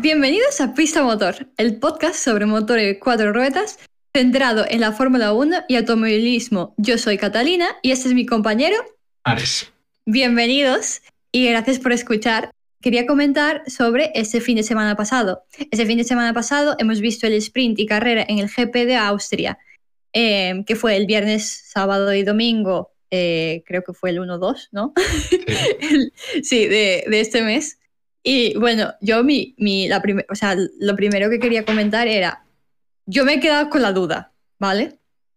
Bienvenidos a Pista Motor, el podcast sobre motores de 4 ruedas centrado en la Fórmula 1 y automovilismo. Yo soy Catalina y este es mi compañero Ares. Bienvenidos y gracias por escuchar. Quería comentar sobre este fin de semana pasado. Este fin de semana pasado hemos visto el sprint y carrera en el GP de Austria, que fue el viernes, sábado y domingo. Creo que fue el 1-2, ¿no? Sí, de este mes. Y bueno, yo lo primero que quería comentar era, yo me he quedado con la duda, ¿vale?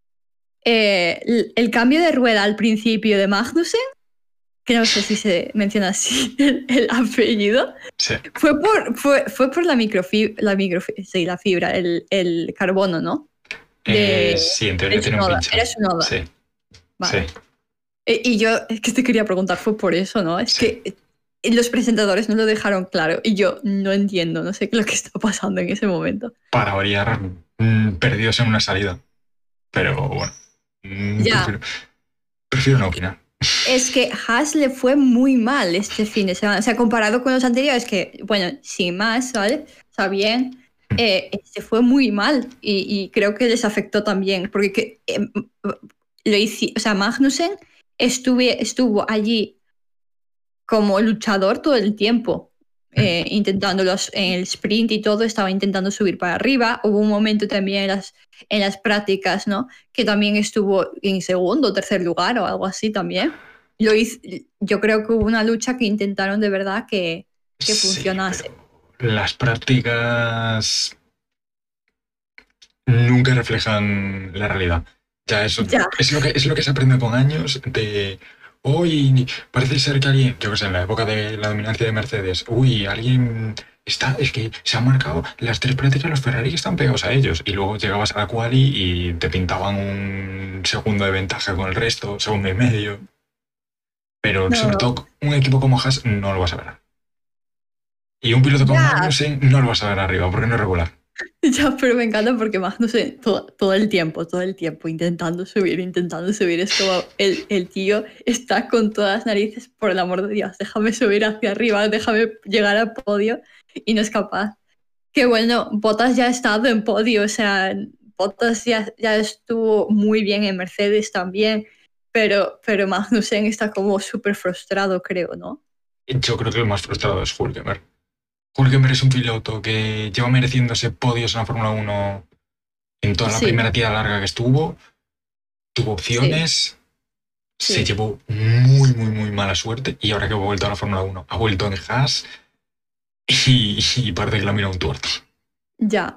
El cambio de rueda al principio de Magnussen, que no sé si se menciona así el apellido, sí. fue por la fibra, el carbono, ¿no? Sí, en teoría tiene un pincho. Era su noda. Sí. Vale. Sí. Y yo es que te quería preguntar, fue por eso, ¿no? Es que los presentadores no lo dejaron claro y yo no entiendo, no sé qué es lo que está pasando en ese momento. Para variar, perdidos en una salida. Pero bueno, prefiero no opinar. Es que Haas le fue muy mal este fin de semana. O sea, comparado con los anteriores, que, bueno, sin más, ¿vale? Está bien. Este fue muy mal y creo que les afectó también. Porque Magnussen estuvo allí como luchador todo el tiempo, intentándolo en el sprint y todo, estaba intentando subir para arriba. Hubo un momento también en las prácticas, ¿no? Que también estuvo en segundo o tercer lugar o algo así también. Yo creo que hubo una lucha que intentaron de verdad que funcionase. Las prácticas nunca reflejan la realidad. Es lo que se aprende con años de... Hoy parece ser que alguien, yo qué sé, en la época de la dominancia de Mercedes, alguien es que se han marcado las 3 prácticas, los Ferrari que están pegados a ellos, y luego llegabas a la quali y te pintaban un segundo de ventaja con el resto, segundo y medio. Pero sobre todo un equipo como Haas no lo vas a ver. Y un piloto como Magnussen no lo vas a ver arriba, porque no es regular. Ya, pero me encanta porque Magnussen todo el tiempo, intentando subir. Es como el tío está con todas las narices, por el amor de Dios, déjame subir hacia arriba, déjame llegar al podio, y no es capaz. Que bueno, Bottas ya ha estado en podio, o sea, Bottas ya estuvo muy bien en Mercedes también, pero Magnussen está como súper frustrado, creo, ¿no? Yo creo que el más frustrado es Hülkenberg. Hülkenberg es un piloto que lleva mereciéndose podios en la Fórmula 1 en toda la primera tira larga que estuvo. Tuvo opciones, se llevó muy, muy, muy mala suerte, y ahora que ha vuelto a la Fórmula 1, ha vuelto en Haas y parece que la mira un tuerto. Ya.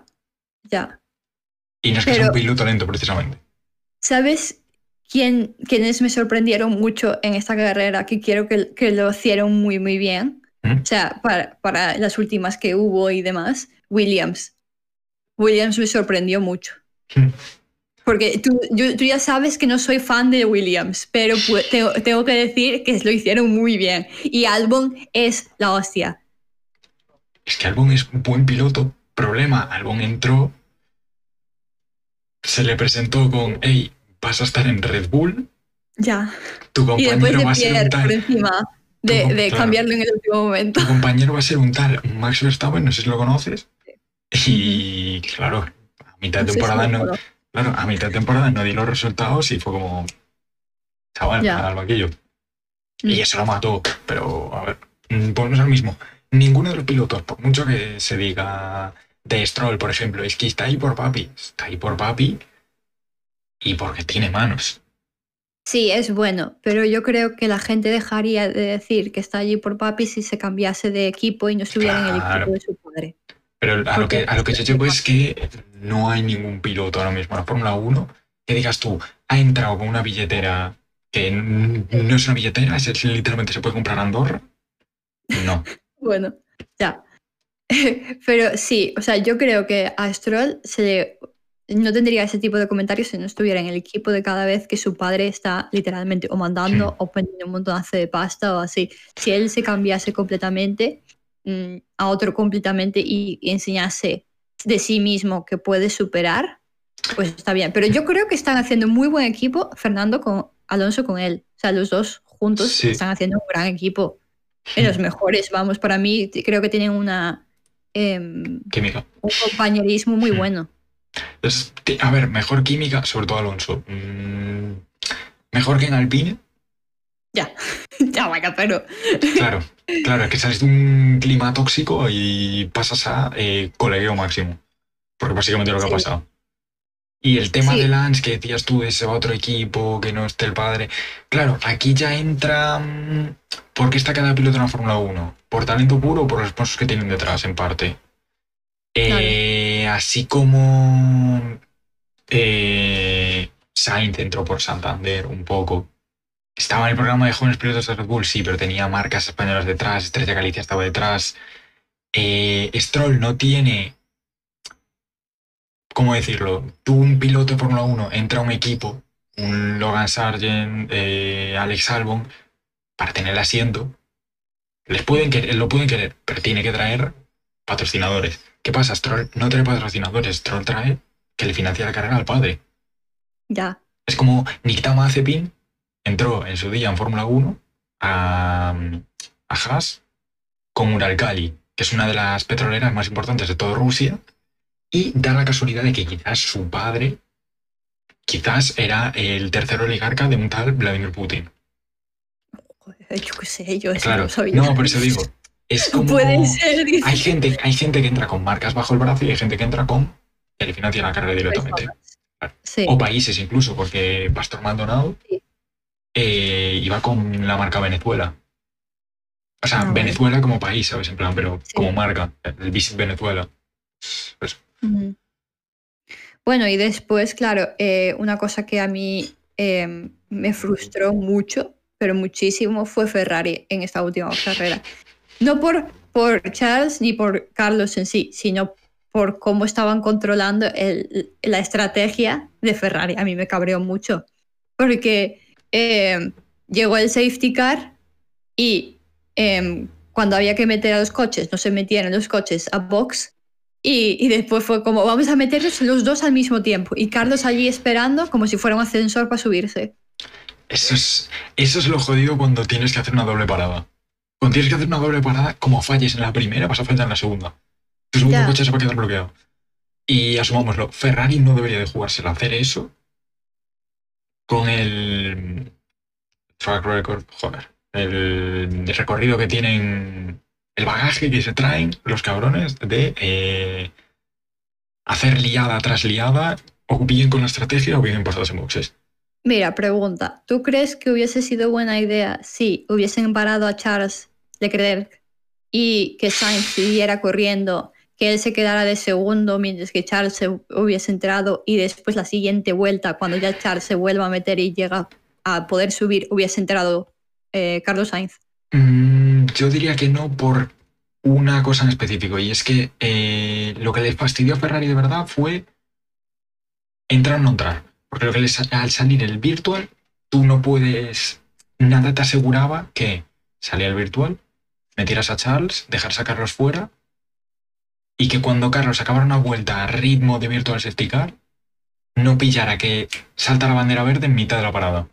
Y no es que sea un piloto lento, precisamente. ¿Sabes quiénes me sorprendieron mucho en esta carrera? Que quiero que lo hicieron muy, muy bien. O sea, para las últimas que hubo y demás, Williams me sorprendió mucho. Porque tú ya sabes que no soy fan de Williams, pero tengo que decir que lo hicieron muy bien. Y Albon es la hostia. Es que Albon es un buen piloto. Problema, Albon entró, se le presentó con, hey, vas a estar en Red Bull. Ya. Tu compañero va a ser un tal... por encima de cambiarlo en el último momento. Tu compañero va a ser un tal Max Verstappen, no sé si lo conoces. Y claro, a mitad de temporada no di los resultados y fue como, chaval, al vaquillo. Y eso lo mató. Pero, a ver, volvemos al mismo. Ninguno de los pilotos, por mucho que se diga de Stroll, por ejemplo, es que está ahí por papi y porque tiene manos. Sí, es bueno, pero yo creo que la gente dejaría de decir que está allí por papi si se cambiase de equipo y no estuviera en el equipo de su padre. Pero a lo que yo llego es que no hay ningún piloto ahora mismo en la Fórmula 1 que digas tú, ha entrado con una billetera que no es una billetera, literalmente se puede comprar Andorra. No. Bueno, ya. Pero sí, o sea, yo creo que a Stroll no tendría ese tipo de comentarios si no estuviera en el equipo de cada vez que su padre está literalmente o mandando o poniendo un montonazo de pasta o así. Si él se cambiase completamente a otro completamente y enseñase de sí mismo que puede superar, pues está bien. Pero yo creo que están haciendo muy buen equipo Fernando con Alonso con él. O sea, los dos juntos están haciendo un gran equipo. En los mejores, vamos, para mí creo que tienen una Química. un compañerismo muy bueno. A ver, mejor química, sobre todo Alonso. Mejor que en Alpine. Ya, ya bueno, pero... Claro, es que sales de un clima tóxico y pasas a colegueo máximo. Porque básicamente es lo que ha pasado. Y el tema de Lance, que decías tú, de ese otro equipo, que no esté el padre. Claro, aquí ya entra. ¿Por qué está cada piloto en la Fórmula 1? ¿Por talento puro o por los sponsors que tienen detrás, en parte? Así como. Sainz entró por Santander un poco. Estaba en el programa de jóvenes pilotos de Red Bull, sí, pero tenía marcas españolas detrás. Estrella Galicia estaba detrás. Stroll no tiene. ¿Cómo decirlo? Tú, un piloto de Fórmula 1, entra a un equipo, un Logan Sargent, Alex Albon, para tener el asiento. Lo pueden querer, pero tiene que traer patrocinadores. ¿Qué pasa? Stroll no trae patrocinadores, Stroll trae que le financia la carrera al padre. Ya. Es como Nikita Mazepin entró en su día en Fórmula 1 a Haas con Uralkali, que es una de las petroleras más importantes de toda Rusia. Y da la casualidad de que quizás su padre era el tercer oligarca de un tal Vladimir Putin. Joder, yo qué sé, yo eso claro, no lo sabía. No, por eso digo, es como... Puede ser, dice. Hay gente que entra con marcas bajo el brazo y hay gente que entra con que le financia la carrera directamente. Sí. O países incluso, porque Pastor Maldonado iba con la marca Venezuela. O sea, Venezuela como país, ¿sabes? En plan, pero como marca, el Visit Venezuela. Pues, bueno, y después, claro, una cosa que a mí me frustró mucho, pero muchísimo, fue Ferrari en esta última carrera. No por Charles ni por Carlos en sí, sino por cómo estaban controlando la estrategia de Ferrari. A mí me cabreó mucho, porque llegó el safety car y cuando había que meter a los coches, no se metían los coches a box. Y después fue como, vamos a meterlos los dos al mismo tiempo. Y Carlos allí esperando como si fuera un ascensor para subirse. Eso es lo jodido cuando tienes que hacer una doble parada. Cuando tienes que hacer una doble parada, como falles en la primera, vas a fallar en la segunda. Tu segundo coche se va a quedar bloqueado. Y asumámoslo, Ferrari no debería de jugárselo a hacer eso con el track record, el recorrido que tienen, el bagaje que se traen los cabrones de hacer liada tras liada, o bien con la estrategia o bien pasados en boxes. Mira, pregunta, ¿tú crees que hubiese sido buena idea si hubiesen parado a Charles Leclerc y que Sainz siguiera corriendo, que él se quedara de segundo mientras que Charles se hubiese entrado y después la siguiente vuelta, cuando ya Charles se vuelva a meter y llega a poder subir, hubiese entrado Carlos Sainz? Yo diría que no, por una cosa en específico, y es que lo que les fastidió a Ferrari de verdad fue entrar o no entrar. Porque al salir el virtual, tú no puedes... Nada te aseguraba que salía el virtual, metieras a Charles, dejar a Carlos fuera, y que cuando Carlos acabara una vuelta a ritmo de virtual safety car, no pillara que salta la bandera verde en mitad de la parada.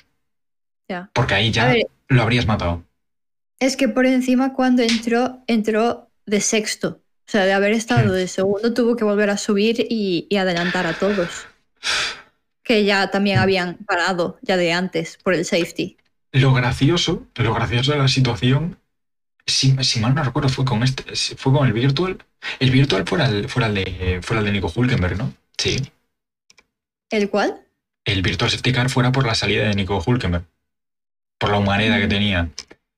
Ya. Porque ahí ya lo habrías matado. Es que por encima cuando entró de sexto. O sea, de haber estado de segundo, tuvo que volver a subir y adelantar a todos. Que ya también habían parado ya de antes por el safety. Lo gracioso de la situación, si mal no recuerdo, fue con el virtual. El virtual fuera el de Nico Hülkenberg, ¿no? Sí. ¿El cuál? El virtual safety car fuera por la salida de Nico Hülkenberg. Por la humanidad que tenía.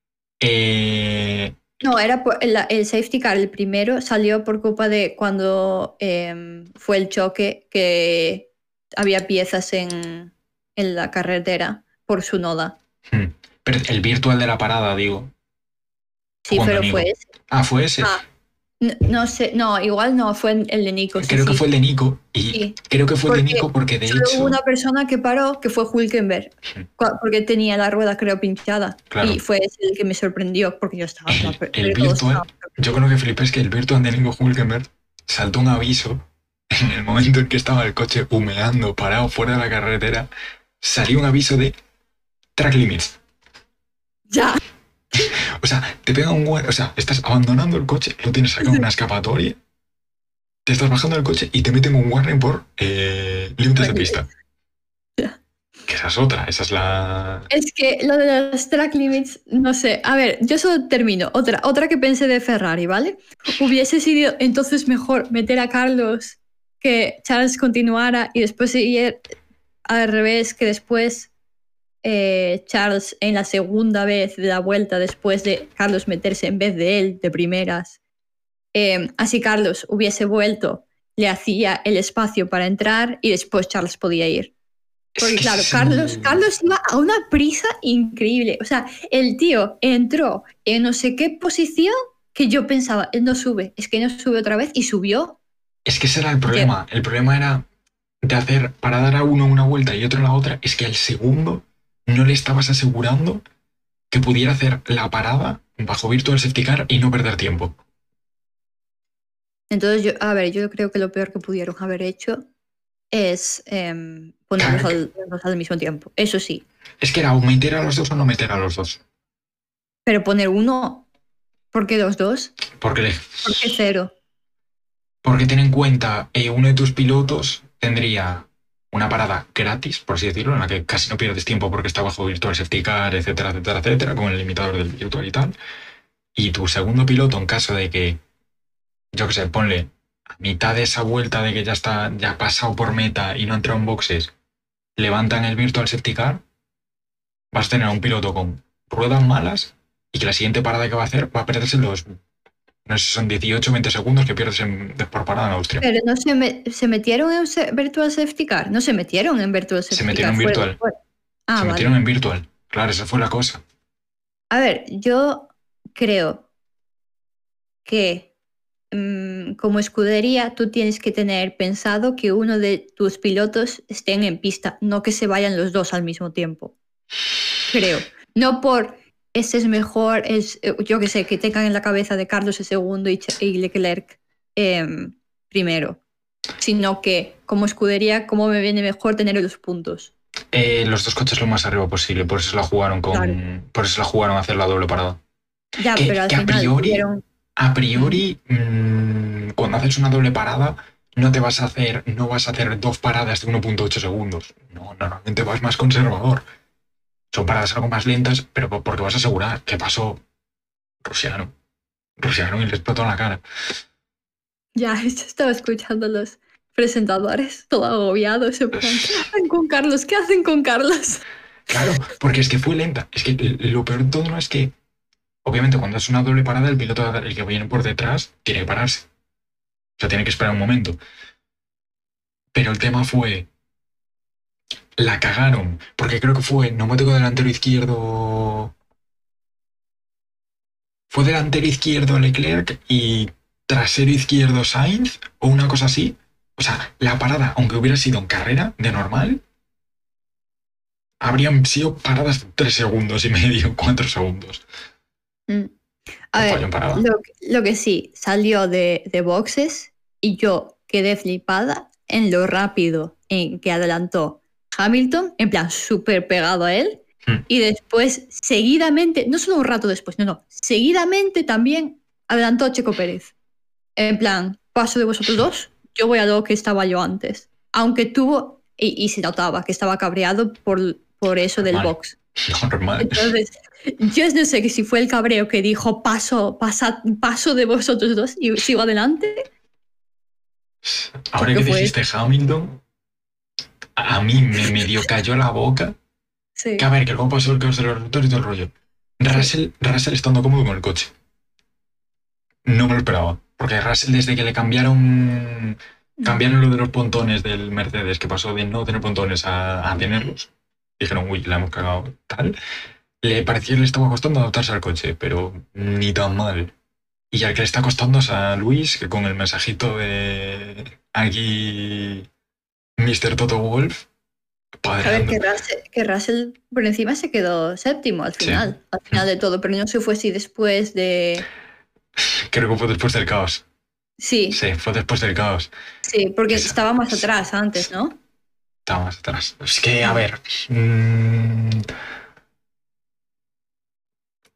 No, era por el safety car. El primero salió por culpa de cuando fue el choque, que había piezas en la carretera por su noda. Pero el virtual de la parada, digo. Sí, pero fue ese. Ah, fue ese. No sé, no, igual no, fue el de Nico. Creo que fue el de Nico. Y creo que fue el de Nico porque de hecho... Hubo una persona que paró, que fue Hülkenberg, porque tenía la rueda, creo, pinchada. Claro. Y fue ese el que me sorprendió, porque yo estaba... El virtual, yo creo que flipé, es que el virtual de Nico Hülkenberg saltó un aviso en el momento en que estaba el coche humeando, parado fuera de la carretera. Salió un aviso de track limits. Ya. O sea, te pega un o sea, estás abandonando el coche, lo tienes acá en una escapatoria, te estás bajando del coche y te meten un warning por límites de pista. Que esa es otra, esa es la... Es que lo de los track limits, no sé. A ver, yo solo termino. Otra que pensé de Ferrari, ¿vale? Hubiese sido entonces mejor meter a Carlos, que Charles continuara y después seguir al revés, que después Charles en la segunda vez de la vuelta, después de Carlos meterse en vez de él de primeras. Así Carlos hubiese vuelto, le hacía el espacio para entrar y después Charles podía ir. Porque claro, Carlos iba a una prisa increíble. O sea, el tío entró en no sé qué posición que yo pensaba, él no sube, es que no sube otra vez y subió. Es que ese era el problema. El problema era de hacer para dar a uno una vuelta y otro a la otra, es que al segundo no le estabas asegurando que pudiera hacer la parada bajo Virtual Safety Car y no perder tiempo. Entonces, yo creo que lo peor que pudieron haber hecho es ponerlos al mismo tiempo. Eso sí. Es que era o meter a los dos o no meter a los dos. Pero poner uno, ¿por qué los dos? ¿Por qué 0? Porque ten en cuenta, uno de tus pilotos tendría una parada gratis, por así decirlo, en la que casi no pierdes tiempo porque está bajo Virtual Safety Car, etcétera, etcétera, etcétera, con el limitador del virtual y tal. Y tu segundo piloto, en caso de que, yo qué sé, ponle a mitad de esa vuelta de que ya está, ya ha pasado por meta y no ha entrado en boxes, levantan el Virtual Safety Car, vas a tener a un piloto con ruedas malas y que la siguiente parada que va a hacer va a perderse los, no sé si son 18 o 20 segundos que pierdes por parada en Austria. Pero no se metieron en Virtual Safety Car. No se metieron en Virtual Safety Car. Se metieron en Virtual. Se metieron en Virtual. Claro, esa fue la cosa. A ver, yo creo que como escudería tú tienes que tener pensado que uno de tus pilotos estén en pista, no que se vayan los dos al mismo tiempo. Creo. No por ese es mejor, yo que sé, que tengan en la cabeza de Carlos el segundo y Leclerc primero, sino que como escudería, cómo me viene mejor tener los puntos. Los dos coches lo más arriba posible, por eso la jugaron por eso la jugaron a hacer la doble parada. Ya, pero al final a priori, cuando haces una doble parada, no vas a hacer 2 paradas de 1.8 segundos. No, normalmente vas más conservador. Son paradas algo más lentas, pero porque vas a asegurar. ¿Qué pasó? Rusiano y le explotó en la cara. Ya, estaba escuchando los presentadores, todo agobiados. ¿Qué hacen con Carlos? ¿Qué hacen con Carlos? Claro, porque es que fue lenta. Es que lo peor de todo no es que, obviamente, cuando es una doble parada, el piloto, el que viene por detrás, tiene que pararse. O sea, tiene que esperar un momento. Pero el tema fue... La cagaron, porque creo que fue neumático delantero izquierdo... Fue delantero izquierdo Leclerc y trasero izquierdo Sainz, o una cosa así. O sea, la parada, aunque hubiera sido en carrera, de normal, habrían sido paradas de 3 segundos y medio, 4 segundos. A ver, lo que sí, salió de boxes y yo quedé flipada en lo rápido en que adelantó Hamilton, en plan súper pegado a él, y después seguidamente, no solo un rato después, seguidamente también adelantó Checo Pérez. En plan, paso de vosotros dos, yo voy a lo que estaba yo antes. Aunque tuvo, y se notaba que estaba cabreado por eso del box. Normal. Entonces, yo no sé si fue el cabreo que dijo paso de vosotros dos y sigo adelante. Ahora que dijiste Hamilton, a mí me medio cayó la boca. Sí. Que a ver, que luego pasó el caos de los rotores y todo el rollo. Russell estando cómodo con el coche. No me lo esperaba. Porque Russell, desde que le cambiaron lo de los pontones del Mercedes, que pasó de no tener pontones a tenerlos, dijeron, uy, la hemos cagado, tal. Le parecía que le estaba costando adaptarse al coche, pero ni tan mal. Y al que le está costando es a Luis, que con el mensajito de aquí, Mr. Toto Wolff. A ver, que Russell por encima se quedó séptimo al final de todo, pero no sé fue si después de... Creo que fue después del caos. Sí. Sí, fue después del caos. Sí, porque estaba más atrás antes, ¿no? Estaba más atrás. Es que, a ver... es que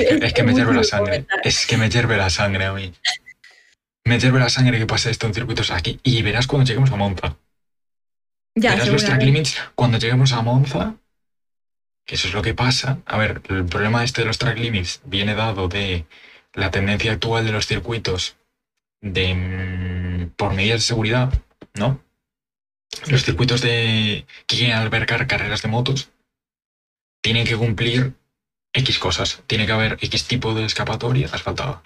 Es que me hierve la sangre. Es que me hierve la sangre a mí. Me hierve la sangre que pase esto en circuitos aquí. Y verás cuando lleguemos a Monza. Ya, Verás los track limits cuando lleguemos a Monza. Que eso es lo que pasa. A ver, el problema este de los track limits viene dado de la tendencia actual de los circuitos por medidas de seguridad, ¿no? Sí. Los circuitos que quieren albergar carreras de motos tienen que cumplir X cosas. Tiene que haber X tipo de escapatoria asfaltada.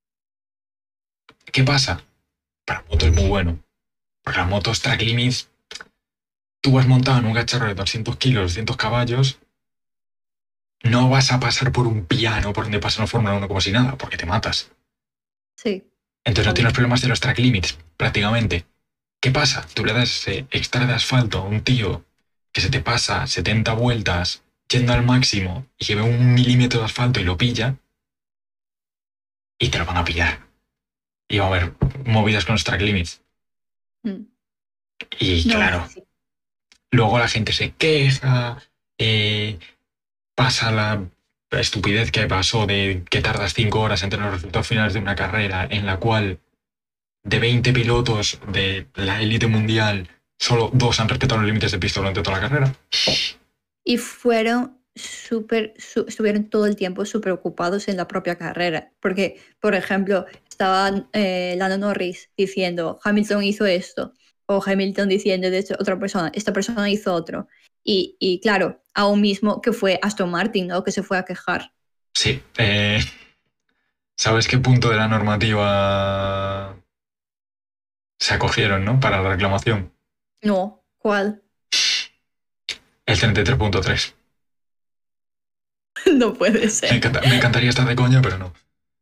¿Qué pasa? Para motos es muy bueno. Porque las motos track limits, tú vas montado en un cacharro de 200 kilos, 200 caballos, no vas a pasar por un piano por donde pasa una Fórmula 1 como si nada, porque te matas. Sí. Entonces no tienes problemas de los track limits, prácticamente. ¿Qué pasa? Tú le das extra de asfalto a un tío que se te pasa 70 vueltas yendo al máximo y que ve 1 milímetro de asfalto y lo pilla, y te lo van a pillar. Y va a haber movidas con los track limits. Y no, claro, sí. Luego la gente se queja, pasa la estupidez que pasó de que tardas 5 horas entre los resultados finales de una carrera en la cual de 20 pilotos de la élite mundial, solo 2 han respetado los límites de pista durante toda la carrera. Y estuvieron todo el tiempo súper ocupados en la propia carrera. Porque, por ejemplo, estaban Lando Norris diciendo, Hamilton hizo esto, o Hamilton diciendo de otra persona, esta persona hizo otro. Y claro, aún mismo que fue Aston Martin, ¿no? Que se fue a quejar. Sí. ¿Sabes qué punto de la normativa se acogieron, ¿no? Para la reclamación. No, ¿cuál? El 33.3. No puede ser. Me encantaría estar de coña, pero no.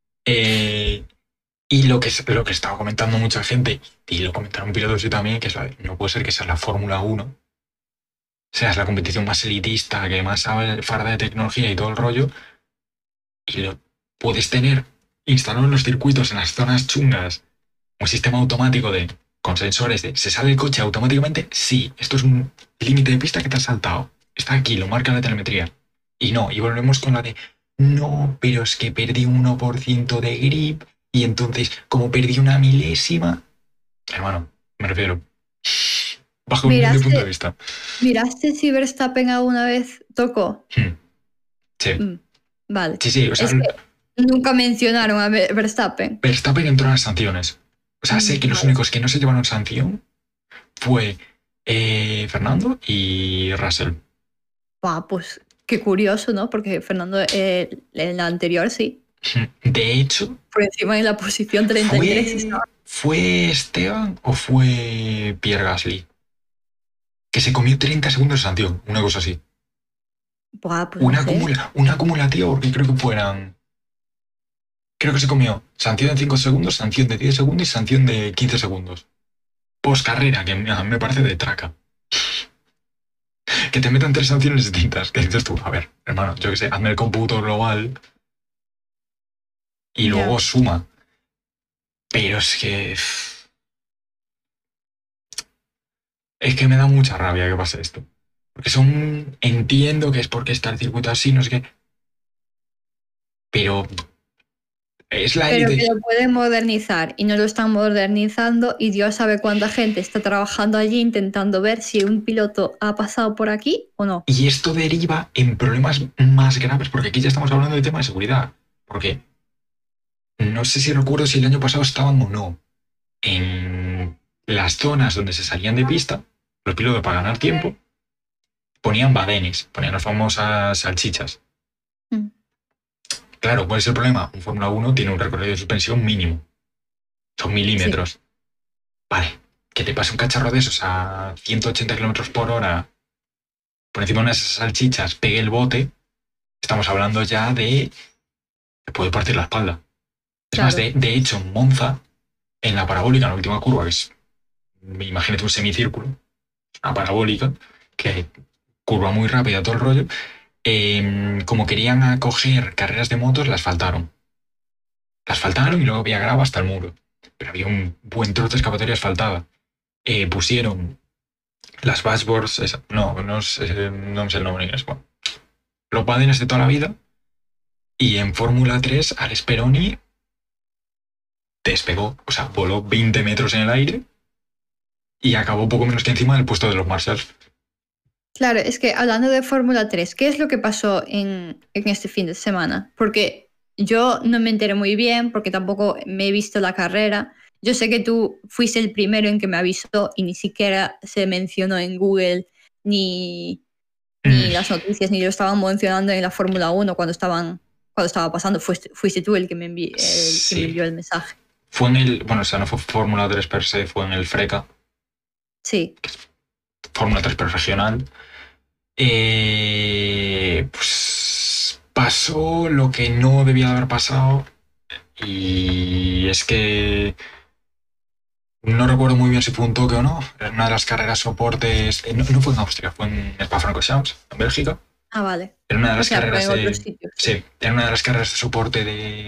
Y lo que estaba comentando mucha gente, y lo comentaron pilotos y también, que no puede ser que sea la Fórmula 1, seas la competición más elitista, que más sabe farda de tecnología y todo el rollo, y lo puedes tener instalado en los circuitos, en las zonas chungas, un sistema automático con sensores de ¿se sale el coche automáticamente? Sí, esto es un límite de pista que te has saltado. Está aquí, lo marca la telemetría. Y no, y volvemos con la de no, pero es que perdí 1% de grip y entonces, como perdí 1 milésima... Hermano, me refiero... Bajo un punto de vista. ¿Miraste si Verstappen alguna vez tocó? Sí. Vale. Sí, o sea... Es que nunca mencionaron a Verstappen. Verstappen entró en las sanciones. O sea, sé que los únicos que no se llevaron sanción fue Fernando y Russell. Pues qué curioso, ¿no? Porque Fernando en la anterior sí. De hecho... Por encima en la posición 33. ¿Fue Esteban o fue Pierre Gasly? Que se comió 30 segundos de sanción, una cosa así. Pues una acumulativa, porque creo que fueran... Creo que se comió sanción de 5 segundos, sanción de 10 segundos y sanción de 15 segundos. Post carrera, que me parece de traca. Que te metan 3 sanciones distintas. Que dices tú, a ver, hermano, yo que sé, hazme el cómputo global y luego suma. Pero es que... Es que me da mucha rabia que pase esto. Porque entiendo que es porque está el circuito así, no sé qué. Pero... Pero que lo pueden modernizar y no lo están modernizando y Dios sabe cuánta gente está trabajando allí intentando ver si un piloto ha pasado por aquí o no. Y esto deriva en problemas más graves, porque aquí ya estamos hablando de tema de seguridad. Porque no sé si recuerdo si el año pasado estaban o no en las zonas donde se salían de pista, los pilotos para ganar tiempo, ponían badenes, ponían las famosas salchichas. Claro, ¿cuál es el problema? Un Fórmula 1 tiene un recorrido de suspensión mínimo. Son milímetros. Sí. Vale, que te pase un cacharro de esos a 180 kilómetros por hora por encima de esas salchichas, pegue el bote, estamos hablando ya de... te puede partir la espalda. Es más, de hecho, en Monza, en la parabólica, en la última curva, que es, imagínate un semicírculo, una parabólica, que curva muy rápida, todo el rollo, como querían acoger carreras de motos, las faltaron. Las faltaron y luego había grava hasta el muro. Pero había un buen trozo de escapatoria asfaltada. Pusieron las dashboards, no sé el nombre en inglés. Bueno, los badenes de toda la vida, Y en Fórmula 3, Alex Peroni despegó, o sea, voló 20 metros en el aire y acabó poco menos que encima del puesto de los Marshalls. Claro, es que hablando de Fórmula 3, ¿qué es lo que pasó en este fin de semana? Porque yo no me enteré muy bien, porque tampoco me he visto la carrera. Yo sé que tú fuiste el primero en que me avisó y ni siquiera se mencionó en Google ni las noticias, ni lo estaban mencionando en la Fórmula 1 cuando estaba pasando. Fuiste tú el que el que me Sí. envió el mensaje. Fue en el, bueno, o sea, no fue Fórmula 3 per se, fue en el FRECA, Sí, Fórmula 3 pero regional. Pues pasó lo que no debía haber pasado y es que no recuerdo muy bien si fue un toque o no. Era una de las carreras soportes, no fue en Austria, fue en Spa-Francorchamps, en Bélgica. ah, vale. Era una de O las sea, fue carreras en otros de, sitios, sí. sí, era una de las carreras de soporte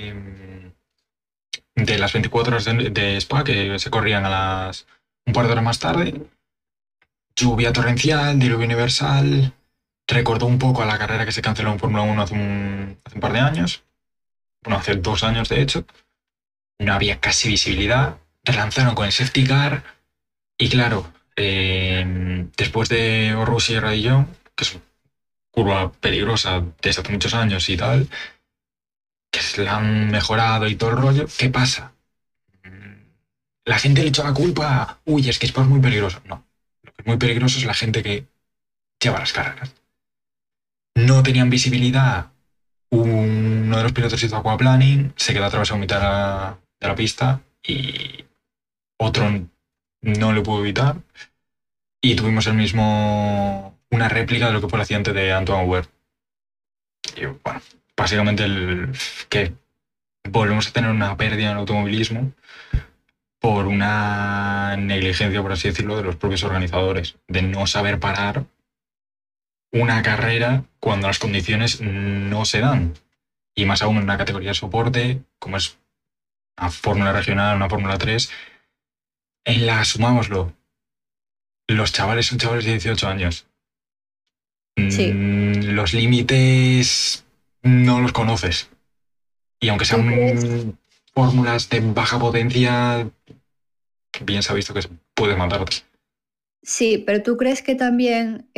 de las 24 horas de Spa que se corrían un par de horas más tarde. Lluvia torrencial, diluvio universal. Recordó un poco a la carrera que se canceló en Fórmula 1 hace un par de años. Bueno, hace 2 años de hecho. No había casi visibilidad. Relanzaron con el safety car. Y claro, después de Orrus y Radillon, que es una curva peligrosa desde hace muchos años y tal, que se la han mejorado y todo el rollo, ¿qué pasa? La gente le echó la culpa. Uy, es que Spa es muy peligroso. No. Lo que es muy peligroso es la gente que lleva las carreras. No tenían visibilidad. Uno de los pilotos hizo aquaplaning, se quedó atravesado a mitad de la pista y otro no lo pudo evitar. Y tuvimos una réplica de lo que fue el accidente de Antoine Hubert. Y bueno, básicamente que volvemos a tener una pérdida en el automovilismo por una negligencia, por así decirlo, de los propios organizadores, de no saber parar una carrera cuando las condiciones no se dan. Y más aún en una categoría de soporte, como es una fórmula regional, una Fórmula 3, en la, sumámoslo, los chavales son chavales de 18 años. Sí. Los límites no los conoces. Y aunque ¿Tú crees? sean fórmulas de baja potencia, bien se ha visto que puedes matarte. Sí, pero ¿tú crees que también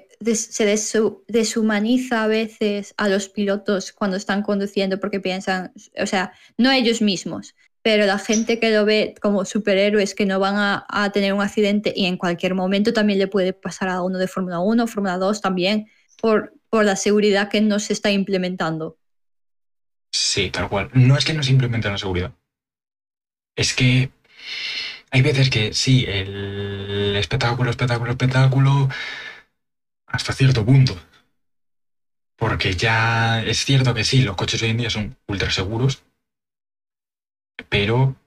deshumaniza a veces a los pilotos cuando están conduciendo porque piensan, o sea, no ellos mismos, pero la gente que lo ve como superhéroes que no van a tener un accidente y en cualquier momento también le puede pasar a uno de Fórmula 1, Fórmula 2 también, por la seguridad que no se está implementando? Sí, tal cual. No es que no se implemente la seguridad. Es que hay veces que sí, el espectáculo, hasta cierto punto. Porque ya es cierto que sí, los coches hoy en día son ultra seguros, pero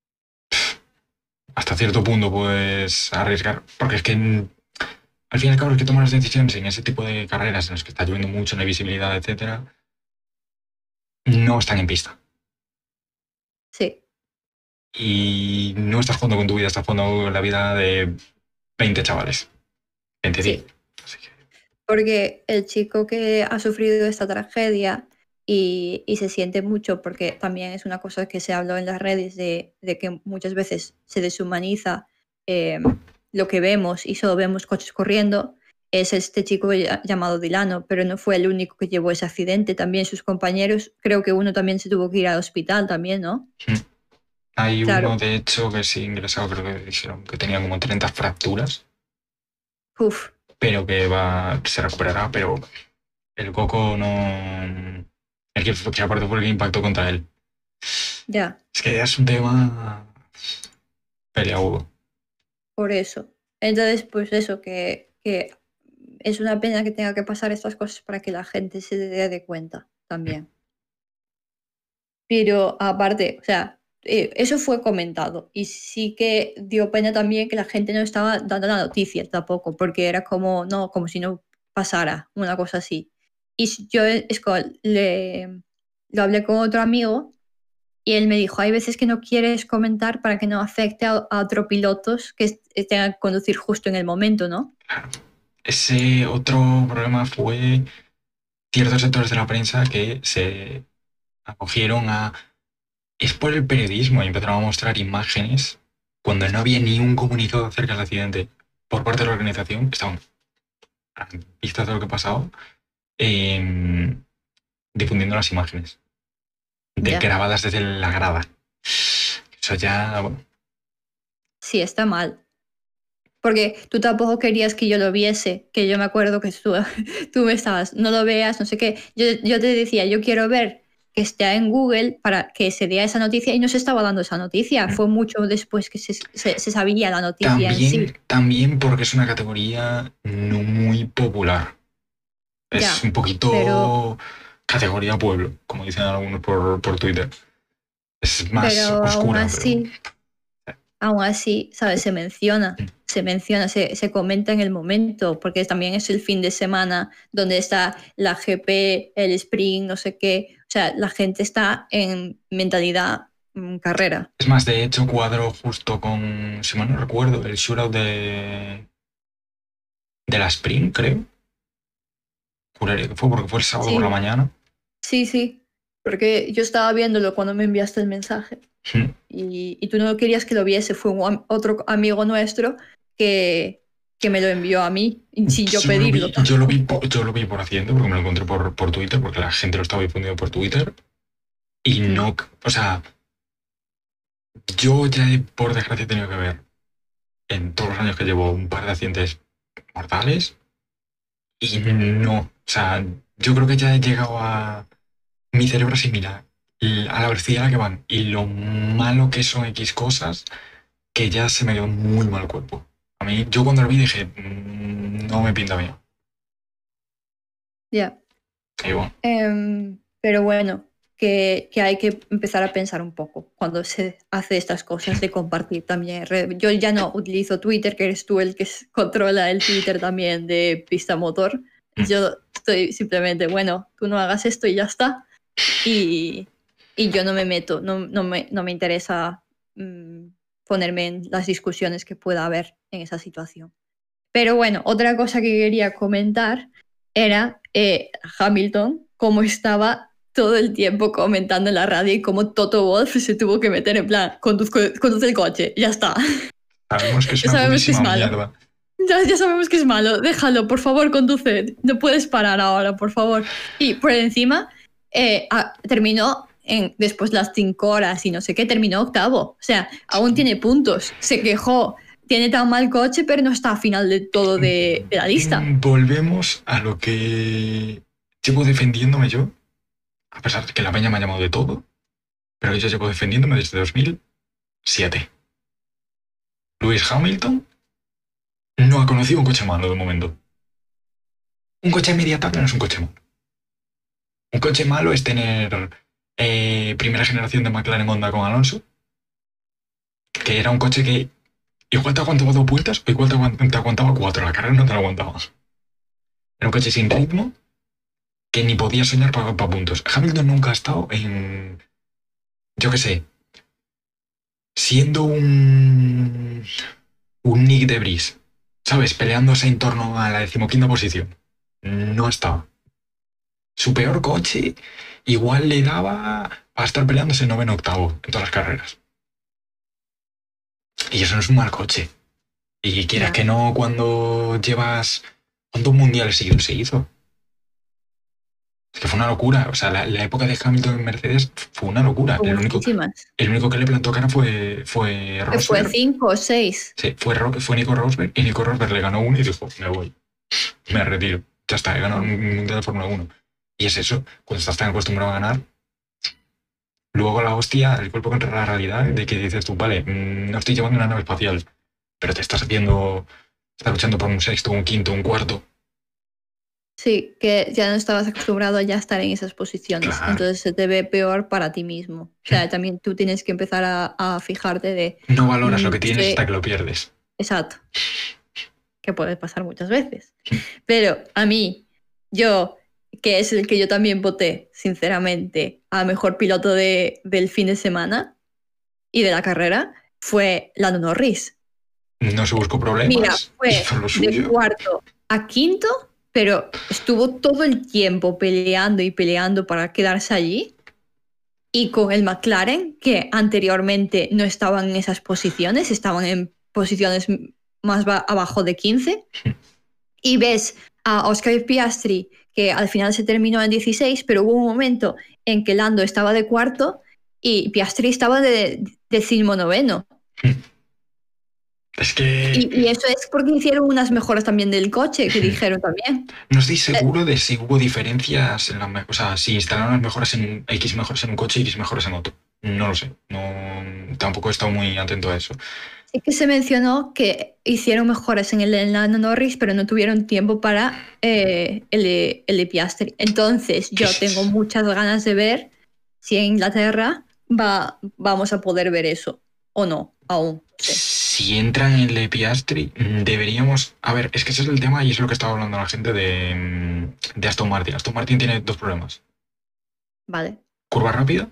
hasta cierto punto puedes arriesgar. Porque es que al fin y al cabo el que toma las decisiones en ese tipo de carreras en las que está lloviendo mucho, no hay visibilidad, etcétera, no están en pista. Sí, Y no estás jugando con tu vida, estás jugando con la vida de 20 chavales. 20 sí. Así que Porque el chico que ha sufrido esta tragedia y se siente mucho, porque también es una cosa que se habló en las redes de que muchas veces se deshumaniza eh, lo que vemos y solo vemos coches corriendo, es este chico llamado Dilano, pero no fue el único que llevó ese accidente, también sus compañeros, creo que uno también se tuvo que ir al hospital también, ¿no? hay uno, Claro, de hecho, que sí ingresado, creo que dijeron que tenía como 30 fracturas, uff, pero que se recuperará, pero el Coco no. Que aparte fue el que impactó contra él. ya. Es que es un tema peliagudo. Por eso. Entonces, pues eso, que es una pena que tenga que pasar estas cosas para que la gente se dé de cuenta también. Pero aparte, o sea, eso fue comentado y sí que dio pena también que la gente no estaba dando la noticia tampoco, porque era como, no, como si no pasara una cosa así. Y yo lo hablé con otro amigo y él me dijo, hay veces que no quieres comentar para que no afecte a otros pilotos que tengan que conducir justo en el momento, ¿no? Ese otro problema fue ciertos sectores de la prensa que se acogieron a... Es por el periodismo y empezaron a mostrar imágenes cuando no había ni un comunicado acerca del accidente por parte de la organización. Estaban a vista de lo que ha pasado, difundiendo las imágenes grabadas desde la grada. Eso ya... Bueno. Sí, está mal. Porque tú tampoco querías que yo lo viese, que yo me acuerdo que tú me estabas, no lo veas, no sé qué. Yo te decía, yo quiero ver que esté en Google para que se diera esa noticia y no se estaba dando esa noticia. Fue mucho después que se sabía la noticia en sí. También porque es una categoría no muy popular. Es un poquito categoría pueblo, como dicen algunos por Twitter. Es más oscura. Aún así, ¿sabes? Se menciona, se comenta en el momento, porque también es el fin de semana donde está la GP, el sprint, no sé qué. O sea, la gente está en mentalidad carrera. Es más, de hecho, cuadro justo con, si mal no recuerdo, el shootout de la sprint, creo. Juraría que fue porque fue el sábado por la mañana. Sí, porque yo estaba viéndolo cuando me enviaste el mensaje. Y tú no querías que lo viese, fue otro amigo nuestro que me lo envió a mí sin yo pedirlo. Yo lo vi por Hacienda porque me lo encontré por Twitter, porque la gente lo estaba difundiendo por Twitter. Y no, o sea, yo ya por desgracia he tenido que ver en todos los años que llevo un par de accidentes mortales y no, o sea, yo creo que ya he llegado a mi cerebro asimila a la velocidad a la que van y lo malo que son X cosas que ya se me quedó muy mal el cuerpo. A mí, yo cuando lo vi dije, no me pinta bien. Ya. Pero bueno, que hay que empezar a pensar un poco cuando se hace estas cosas de compartir también. Yo ya no utilizo Twitter, que eres tú el que controla el Twitter también de Pista Motor. Yo estoy simplemente, bueno, tú no hagas esto y ya está. Y yo no me meto, no me interesa ponerme en las discusiones que pueda haber en esa situación. Pero bueno, otra cosa que quería comentar era Hamilton, cómo estaba todo el tiempo comentando en la radio y cómo Toto Wolff se tuvo que meter en plan, conduce el coche, ya está. Sabemos que es una purísima mierda. Ya sabemos que es malo, déjalo, por favor, conduce, no puedes parar ahora, por favor. Y por encima terminó después las 5 horas y no sé qué, terminó octavo. O sea, aún tiene puntos, se quejó. Tiene tan mal coche, pero no está a final de todo de la lista. Volvemos a lo que llevo defendiéndome yo, a pesar de que la peña me ha llamado de todo, pero yo llevo defendiéndome desde 2007. Lewis Hamilton no ha conocido un coche malo de momento. Un coche media tabla no es un coche malo. Un coche malo es tener primera generación de McLaren Honda con Alonso, que era un coche que igual te aguantaba 2 vueltas o igual te aguantaba 4. La carrera no te la aguantaba. Era un coche sin ritmo que ni podía soñar para puntos. Hamilton nunca ha estado en... Yo qué sé. Siendo un Nick de Vries, ¿sabes? Peleándose en torno a la 15ª posición. No estaba. Su peor coche igual le daba para estar peleándose en 9º, 8º en todas las carreras. Y eso no es un mal coche. Y quieras que no, cuando llevas... ¿Cuántos mundiales seguidos se hizo? Es que fue una locura. O sea, la época de Hamilton en Mercedes fue una locura. El único que le plantó cara fue Rosberg. Fue 5 o 6. Sí, fue Nico Rosberg. Y Nico Rosberg le ganó uno y dijo, me voy. Me retiro. Ya está, he ganado un mundial de Fórmula 1. Y es eso, cuando estás tan acostumbrado a ganar, luego la hostia, el cuerpo contra la realidad de que dices tú, vale, no estoy llevando una nave espacial, pero te estás luchando por un 6º, un 5º, un 4º. Sí, que ya no estabas acostumbrado a ya estar en esas posiciones. Claro. Entonces se te ve peor para ti mismo. O sea, también tú tienes que empezar a fijarte de... No valoras lo que tienes hasta que lo pierdes. Exacto. Que puede pasar muchas veces. Pero a mí, yo, que es el que yo también voté, sinceramente, a mejor piloto del fin de semana y de la carrera, fue Lando Norris. No se buscó problemas. Mira, fue de 4º a 5º, pero estuvo todo el tiempo peleando y peleando para quedarse allí. y con el McLaren, que anteriormente no estaban en esas posiciones, estaban en posiciones más abajo de 15, y ves a Oscar Piastri, que al final se terminó en 16, pero hubo un momento en que Lando estaba de cuarto y Piastri estaba de 19º. Es que... Y eso es porque hicieron unas mejoras también del coche, que dijeron también. No estoy seguro de si hubo diferencias en o sea, si instalaron las mejoras en X mejoras en un coche y X mejoras en otro. No lo sé. No, tampoco he estado muy atento a eso. Sí que se mencionó que hicieron mejoras en el de Lando Norris, pero no tuvieron tiempo para el de Piastri. Entonces, yo tengo muchas ganas de ver si en Inglaterra vamos a poder ver eso o no, aún. Sí. Si entran en el de Piastri, deberíamos... A ver, es que ese es el tema y es lo que estaba hablando la gente de Aston Martin. Aston Martin tiene dos problemas. Vale. Curva rápida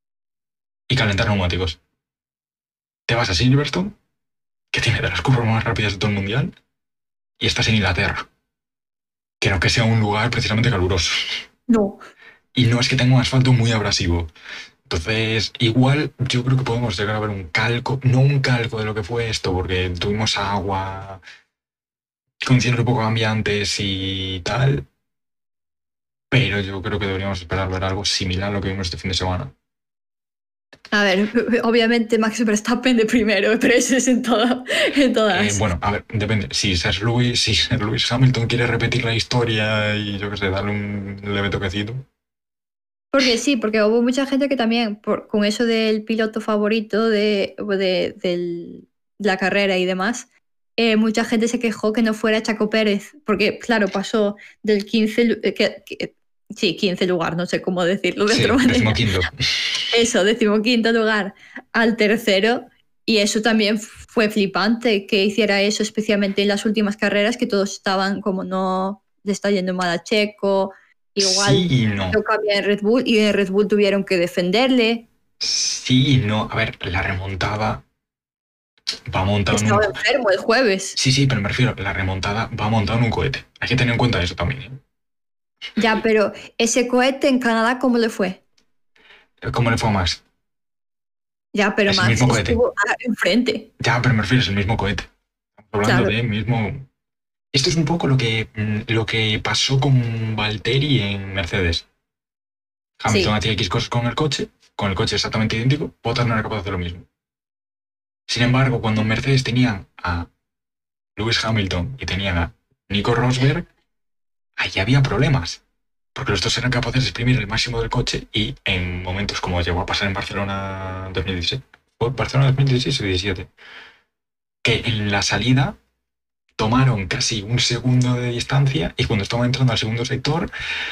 y calentar neumáticos. Te vas a Silverstone, que tiene de las curvas más rápidas de todo el mundial, y estás en Inglaterra, que no que sea un lugar precisamente caluroso. No. Y no es que tenga un asfalto muy abrasivo. Entonces, igual yo creo que podemos llegar a ver un calco, no un calco de lo que fue esto, porque tuvimos agua, condiciones un poco cambiantes y tal, pero yo creo que deberíamos esperar ver algo similar a lo que vimos este fin de semana. A ver, obviamente Max Verstappen de primero, pero eso es en todas. Bueno, a ver, depende. Si Sir Lewis Hamilton quiere repetir la historia y yo qué sé, darle un leve toquecito. Porque sí, porque hubo mucha gente que también, con eso del piloto favorito de la carrera y demás, mucha gente se quejó que no fuera Chaco Pérez, porque claro, pasó del 15, 15 lugar, no sé cómo decirlo de otra manera. 15º. Eso, 15º lugar al tercero, y eso también fue flipante que hiciera eso, especialmente en las últimas carreras, que todos estaban como no le está yendo mal a Checo. Igual sí y no. lo cambia en Red Bull y en Red Bull tuvieron que defenderle. Sí y no. A ver, la remontada va montada Estaba enfermo el jueves. Sí, pero me refiero, la remontada va montada en un cohete. Hay que tener en cuenta eso también. ¿eh? Ya, pero ese cohete en Canadá, ¿cómo le fue? ¿Cómo le fue a Max? Ya, pero es Max el mismo cohete. estuvo enfrente. Ya, pero me refiero, es el mismo cohete. Estamos hablando de mismo... Esto es un poco lo que pasó con Valtteri en Mercedes. Hamilton hacía X cosas con el coche exactamente idéntico, Bottas no era capaz de hacer lo mismo. Sin embargo, cuando en Mercedes tenían a Lewis Hamilton y tenían a Nico Rosberg, ahí había problemas. Porque los dos eran capaces de exprimir el máximo del coche y en momentos como llegó a pasar en Barcelona 2016, Barcelona 2016 o 2017, que en la salida tomaron casi un segundo de distancia y cuando estaban entrando al segundo sector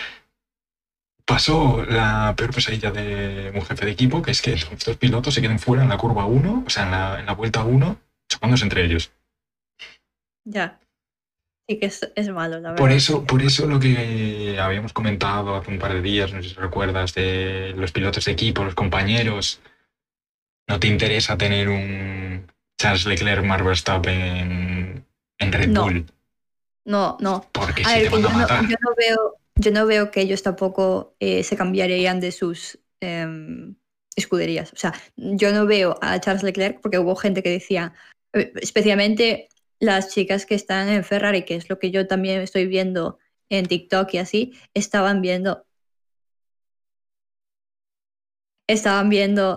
pasó la peor pesadilla de un jefe de equipo, que es que estos pilotos se queden fuera en la curva 1, o sea, en la vuelta 1, chocándose entre ellos. Ya. Sí que es malo, la verdad. Por eso lo que habíamos comentado hace un par de días, no sé si recuerdas, de los pilotos de equipo, los compañeros, no te interesa tener un Charles Leclerc, Max Verstappen en Red Bull. No. Porque si te van a matar. Yo no veo que ellos tampoco se cambiarían de sus escuderías. O sea, yo no veo a Charles Leclerc porque hubo gente que decía, especialmente las chicas que están en Ferrari, que es lo que yo también estoy viendo en TikTok y así, estaban viendo estaban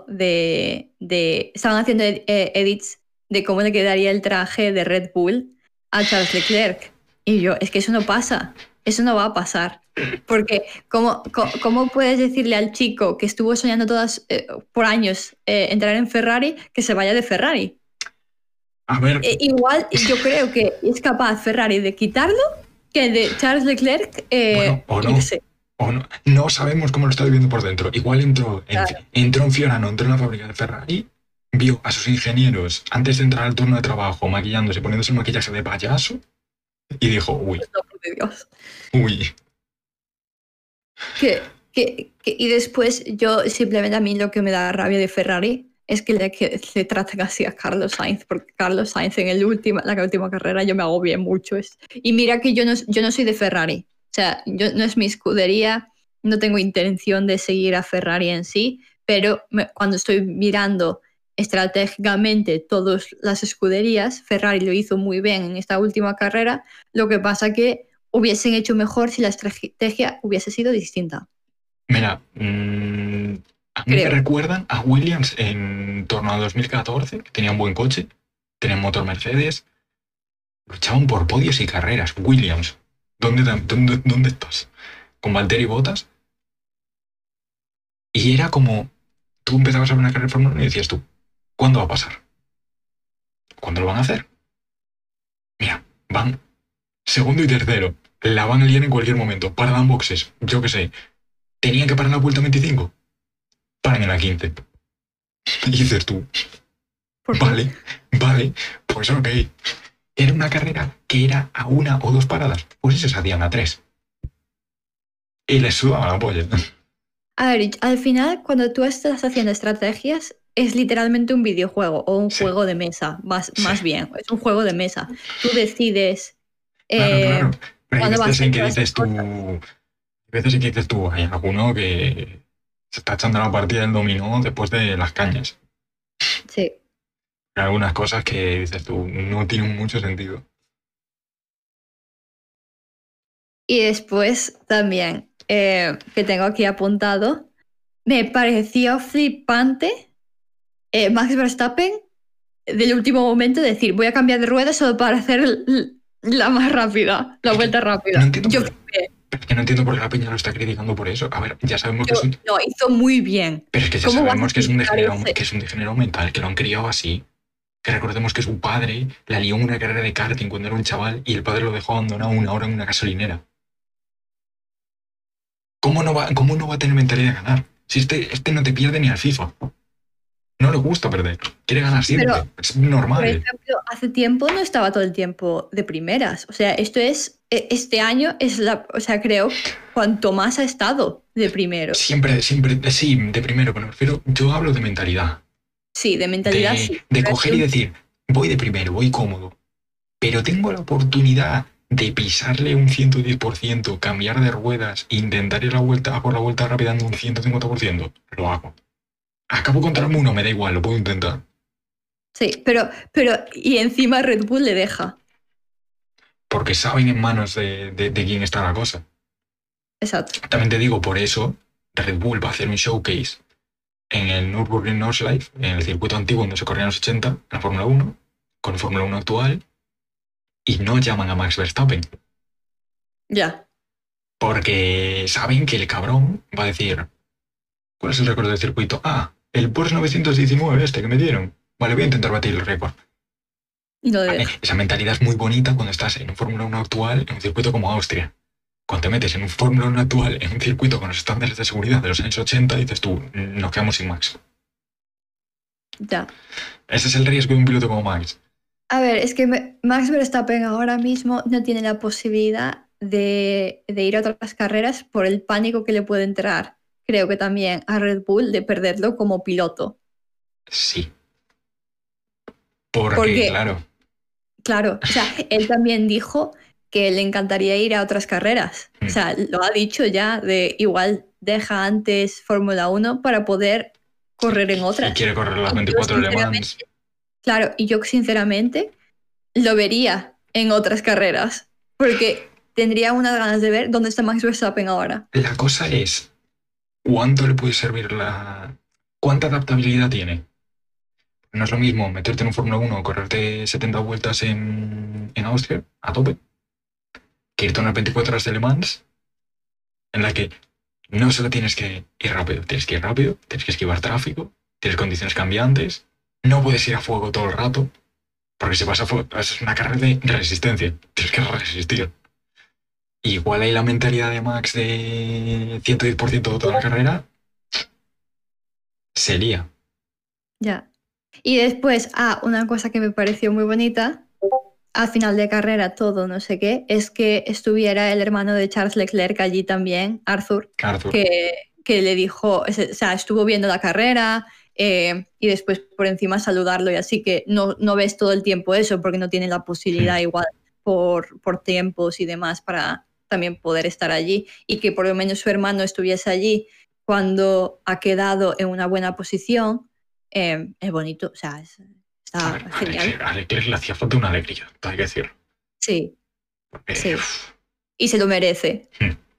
haciendo edits de cómo le quedaría el traje de Red Bull a Charles Leclerc. Y yo, es que eso no pasa, eso no va a pasar. Porque ¿cómo puedes decirle al chico que estuvo soñando por años entrar en Ferrari que se vaya de Ferrari? A ver. Igual yo creo que es capaz Ferrari de quitarlo que de Charles Leclerc irse. O no. No sabemos cómo lo está viviendo por dentro. Igual entró en Fiorano, entró en la fábrica de Ferrari, vio a sus ingenieros antes de entrar al turno de trabajo maquillándose, poniéndose el maquillaje de payaso y dijo, uy. No, por Dios. Uy. Y después yo simplemente a mí lo que me da rabia de Ferrari es que le traten así a Carlos Sainz, porque Carlos Sainz en la última carrera yo me agobié mucho. Y mira que yo no soy de Ferrari, o sea, no es mi escudería, no tengo intención de seguir a Ferrari en sí, pero cuando estoy mirando estratégicamente todas las escuderías, Ferrari lo hizo muy bien en esta última carrera, lo que pasa que hubiesen hecho mejor si la estrategia hubiese sido distinta. Mira, a mí me recuerdan a Williams en torno a 2014, que tenía un buen coche, tenía motor Mercedes, luchaban por podios y carreras. Williams, ¿dónde estás? Con Valtteri Bottas. Y era como, tú empezabas a ver una carrera de Fórmula 1 y decías tú, ¿cuándo va a pasar? ¿Cuándo lo van a hacer? Mira, van segundo y tercero, la van a liar en cualquier momento, paran boxes, yo qué sé. ¿Tenían que parar en la vuelta 25? Paran en la 15. Y dices tú, vale, pues ok. Era una carrera que era a 1 o 2 paradas, pues eso se hacían a 3. Y les sudaba la polla. A ver, al final, cuando tú estás haciendo estrategias, es literalmente un videojuego o un juego de mesa, más bien. Es un juego de mesa. Tú decides. Claro. Pero hay veces en que dices tú. Hay veces en que dices tú, hay alguno que se está echando la partida del dominó después de las cañas. Sí. Hay algunas cosas que dices tú, no tienen mucho sentido. Y después también, que tengo aquí apuntado, me pareció flipante Max Verstappen del último momento decir, voy a cambiar de rueda solo para hacer la más rápida, la vuelta rápida. No entiendo pero es que no entiendo por qué la peña lo está criticando por eso. A ver, ya sabemos que es un... No, hizo muy bien. Pero es que ya sabemos que es un degenerado mental, que lo han criado así. Que recordemos que su padre la lió en una carrera de karting cuando era un chaval y el padre lo dejó abandonado 1 hora en una gasolinera. ¿Cómo no va a tener mentalidad de ganar? Si este no te pierde ni al FIFA. No le gusta perder. Quiere ganar siempre. Pero, es normal. Por ejemplo, hace tiempo no estaba todo el tiempo de primeras. O sea, este año es o sea, creo, cuanto más ha estado de primero. Siempre, sí, de primero, pero me refiero, yo hablo de mentalidad. Sí, de mentalidad sí. De coger y decir, voy de primero, voy cómodo, pero tengo la oportunidad de pisarle un 110%, cambiar de ruedas, intentar ir por la vuelta rápida dando un 150%, lo hago. Acabo contra el 1, me da igual, lo puedo intentar. Sí, pero y encima Red Bull le deja. Porque saben en manos de quién está la cosa. Exacto. También te digo, por eso Red Bull va a hacer un showcase en el Nürburgring Nordschleife, en el circuito antiguo donde se corrían los 80, en la Fórmula 1, con la Fórmula 1 actual, y no llaman a Max Verstappen. Ya. Porque saben que el cabrón va a decir, ¿cuál es el récord del circuito? Ah, el Porsche 919 que me dieron. Vale, voy a intentar batir el récord. Y no vale, esa mentalidad es muy bonita cuando estás en un Fórmula 1 actual en un circuito como Austria. Cuando te metes en un Fórmula 1 actual en un circuito con los estándares de seguridad de los años 80, dices tú, nos quedamos sin Max. Ya. Ese es el riesgo de un piloto como Max. A ver, es que Max Verstappen ahora mismo no tiene la posibilidad de ir a otras carreras por el pánico que le puede entrar, creo que también a Red Bull, de perderlo como piloto. Sí. Porque claro. Claro, o sea, él también dijo que le encantaría ir a otras carreras. O sea, lo ha dicho ya, de igual deja antes Fórmula 1 para poder correr en otras. Y quiere correr las 24 Le Mans. Claro, y yo sinceramente lo vería en otras carreras, porque tendría unas ganas de ver dónde está Max Verstappen ahora. La cosa es, ¿cuánto le puede servir ¿cuánta adaptabilidad tiene? No es lo mismo meterte en un Fórmula 1 o correrte 70 vueltas en Austria, a tope, que irte a unas 24 horas de Le Mans, en la que no solo tienes que ir rápido, tienes que esquivar tráfico, tienes condiciones cambiantes, no puedes ir a fuego todo el rato, porque si vas a fuego, es una carrera de resistencia, tienes que resistir. Igual hay la mentalidad de Max de 110% de toda la carrera, sería. Ya. Y después, una cosa que me pareció muy bonita, al final de carrera todo, no sé qué, es que estuviera el hermano de Charles Leclerc allí también, Arthur. Que le dijo, o sea, estuvo viendo la carrera y después por encima saludarlo y así, que no ves todo el tiempo eso porque no tiene la posibilidad igual por tiempos y demás para también poder estar allí, y que por lo menos su hermano estuviese allí cuando ha quedado en una buena posición, es bonito, o sea, está genial. A Leclerc le hacía falta una alegría, hay que decirlo. Sí, Porque, sí. Y se lo merece.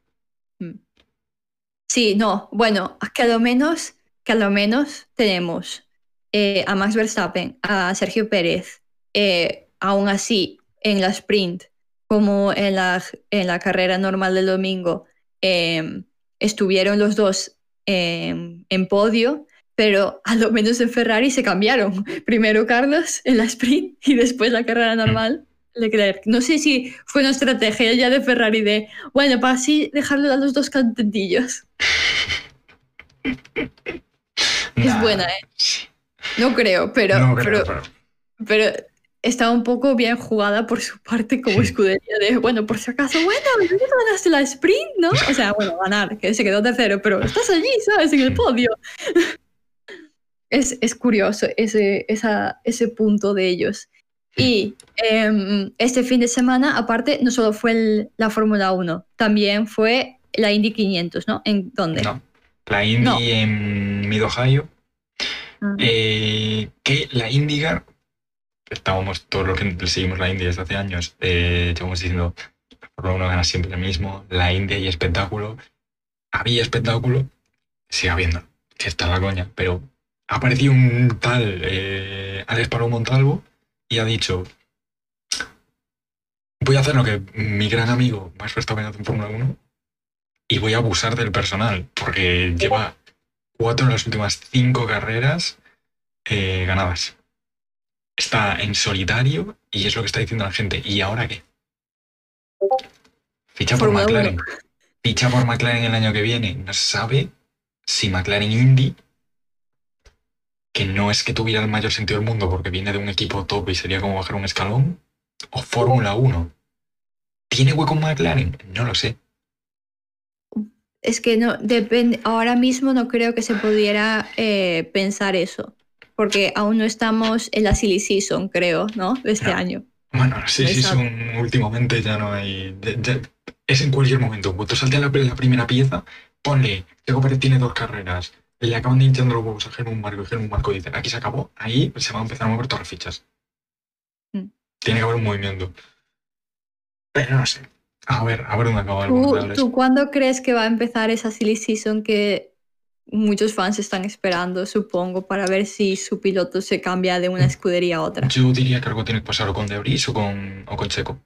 Sí, no, bueno, que a lo menos tenemos a Max Verstappen, a Sergio Pérez, aún así en la sprint como en la carrera normal del domingo, estuvieron los dos en podio, pero a lo menos en Ferrari se cambiaron. Primero Carlos en la sprint y después la carrera normal. Leclerc. No sé si fue una estrategia ya de Ferrari de, bueno, para así dejarlo a los dos contentillos. Es buena, ¿eh? No creo, pero está un poco bien jugada por su parte como escudería de, bueno, por si acaso, bueno, tú ganaste la sprint, ¿no? O sea, bueno, ganar, que se quedó tercero, pero estás allí, ¿sabes? En el podio. Es curioso ese punto de ellos. Y este fin de semana, aparte, no solo fue la Fórmula 1, también fue la Indy 500, ¿no? ¿En dónde? No, la Indy en Mid-Ohio. Que la IndyCar, estábamos todos los que seguimos la Indy desde hace años, llevamos diciendo, por lo menos gana siempre el mismo, la Indy hay espectáculo, había espectáculo, sigue habiendo, que está la coña, pero ha aparecido un tal Alex Palou Montalvo y ha dicho, voy a hacer lo que mi gran amigo Max Verstappen hace en Fórmula 1 y voy a abusar del personal, porque lleva 4 de las últimas 5 carreras ganadas. Está en solitario y es lo que está diciendo la gente. ¿Y ahora qué? Ficha por McLaren. Ficha por McLaren el año que viene. No se sabe si McLaren Indy, que no es que tuviera el mayor sentido del mundo porque viene de un equipo top y sería como bajar un escalón, o Fórmula 1. ¿Tiene hueco en McLaren? No lo sé. Es que no depende. Ahora mismo no creo que se pudiera pensar eso, porque aún no estamos en la silly season, creo, ¿no? De este año. Bueno, la silly season últimamente ya no hay. Es en cualquier momento. Cuando salte la primera pieza, ponle, Checo Pérez tiene 2 carreras, le acaban de hinchando los huevos a Helmut Marko y Helmut Marko dice, aquí se acabó, ahí se van a empezar a mover todas las fichas. Tiene que haber un movimiento. Pero no sé. A ver dónde acaba el Mundial. ¿Tú cuándo crees que va a empezar esa silly season que muchos fans están esperando, supongo, para ver si su piloto se cambia de una escudería a otra? Yo diría que algo tiene que pasar o con De Vries o con Checo.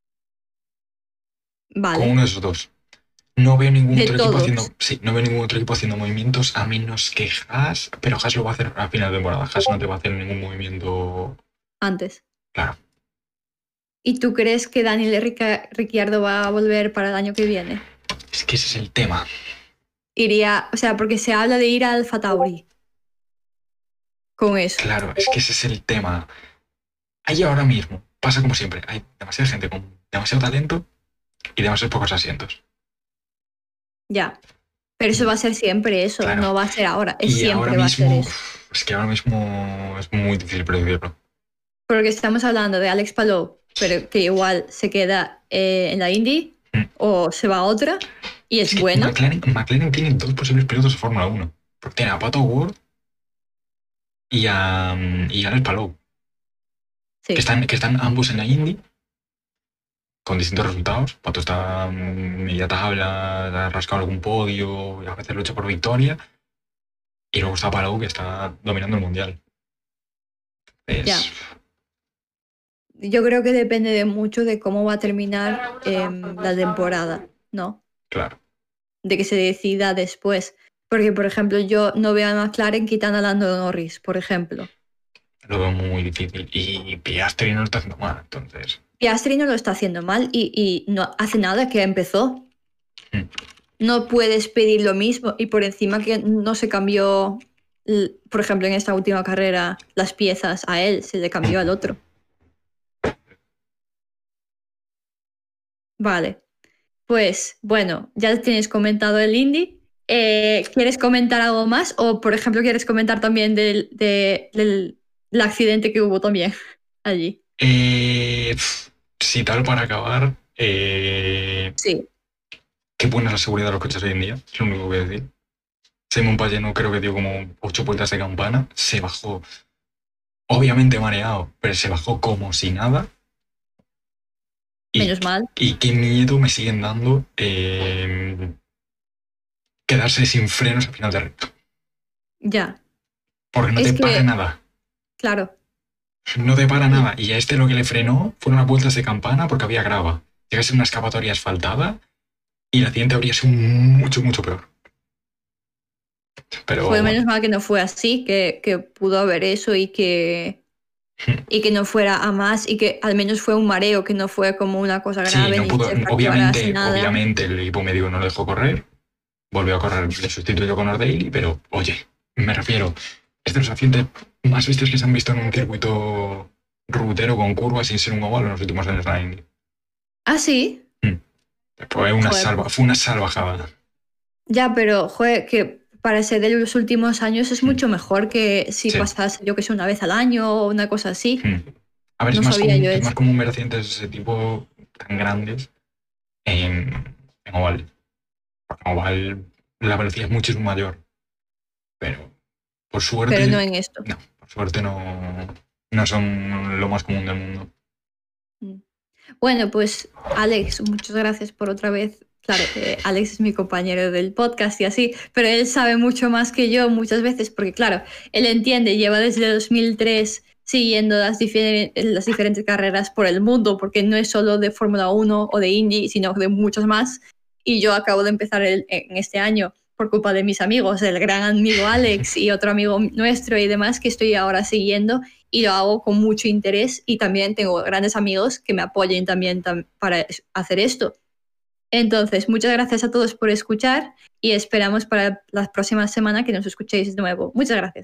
Vale. Con uno de esos dos. No veo ningún otro equipo haciendo. Sí, no veo ningún otro equipo haciendo movimientos a menos que Haas. Pero Haas lo va a hacer a final de temporada. Haas no te va a hacer ningún movimiento antes. Claro. ¿Y tú crees que Daniel Ricciardo va a volver para el año que viene? Es que ese es el tema. Iría, o sea, porque se habla de ir al Alfa Tauri. Con eso. Claro, es que ese es el tema. Ahí ahora mismo pasa como siempre. Hay demasiada gente con demasiado talento y demasiados pocos asientos. Ya. Pero eso va a ser siempre eso, claro. No va a ser ahora. Es y siempre ahora va mismo, a ser eso. Es que ahora mismo es muy difícil predecirlo. Porque estamos hablando de Alex Palou, pero que igual se queda en la Indy o se va a otra y es bueno. McLaren tiene 2 posibles pilotos de Fórmula 1. Porque tiene a Pato O'Ward y a Alex Palou. Sí. Que están ambos en la Indy con distintos resultados. Pato está media tabla, ha rascado algún podio, a veces lucha por victoria. Y luego está Palou, que está dominando el mundial. Ya. Yo creo que depende de mucho de cómo va a terminar la temporada, ¿no? Claro. De que se decida después. Porque, por ejemplo, yo no veo a McLaren quitando a Lando Norris, por ejemplo. Lo veo muy difícil. Y Piastri no lo está haciendo mal, entonces. Piastri no lo está haciendo mal y no hace nada que empezó. No puedes pedir lo mismo y por encima que no se cambió, por ejemplo, en esta última carrera, las piezas a él, se le cambió al otro. Vale. Pues, bueno, ya tienes comentado el Indy. ¿Quieres comentar algo más? O, por ejemplo, ¿quieres comentar también del accidente que hubo también allí? Sí, tal para acabar. Sí. Qué buena es la seguridad de los coches hoy en día, es lo único que voy a decir. Simon Pagé no creo que dio como 8 vueltas de campana, se bajó, obviamente mareado, pero se bajó como si nada. Menos mal. Y qué miedo me siguen dando quedarse sin frenos al final de recto. Ya. Porque no te para nada. Claro. No te para nada. Y a este lo que le frenó fueron las vueltas de campana porque había grava. Llegase a una excavatoria asfaltada y la siguiente habría sido mucho, mucho peor. Pero fue menos mal que no fue así, que pudo haber eso y que no fuera a más y que al menos fue un mareo, que no fue como una cosa grave. Sí, no ni pudo. se fracturara nada. Obviamente el equipo médico no lo dejó correr. Volvió a correr, le sustituyó con Daily, pero oye, me refiero, es de los accidentes más bestias que se han visto en un circuito rutero con curvas sin ser un oval en los últimos años de la Indy. ¿Ah, sí? Fue una salvajada. Ya, pero joder, que para ser de los últimos años es mucho mejor que si pasase, yo que sé, una vez al año o una cosa así. A ver, es más común ver accidentes de ese tipo tan grandes en oval. Porque en oval la velocidad es muchísimo mayor. Pero por suerte. Pero no en esto. No, por suerte no son lo más común del mundo. Bueno, pues Alex, muchas gracias por otra vez. Claro, Alex es mi compañero del podcast y así, pero él sabe mucho más que yo muchas veces porque, claro, él entiende, lleva desde 2003 siguiendo las diferentes carreras por el mundo, porque no es solo de Fórmula 1 o de Indy, sino de muchas más. Y yo acabo de empezar en este año por culpa de mis amigos, el gran amigo Alex y otro amigo nuestro y demás que estoy ahora siguiendo, y lo hago con mucho interés, y también tengo grandes amigos que me apoyen también para hacer esto. Entonces, muchas gracias a todos por escuchar y esperamos para la próxima semana que nos escuchéis de nuevo. Muchas gracias.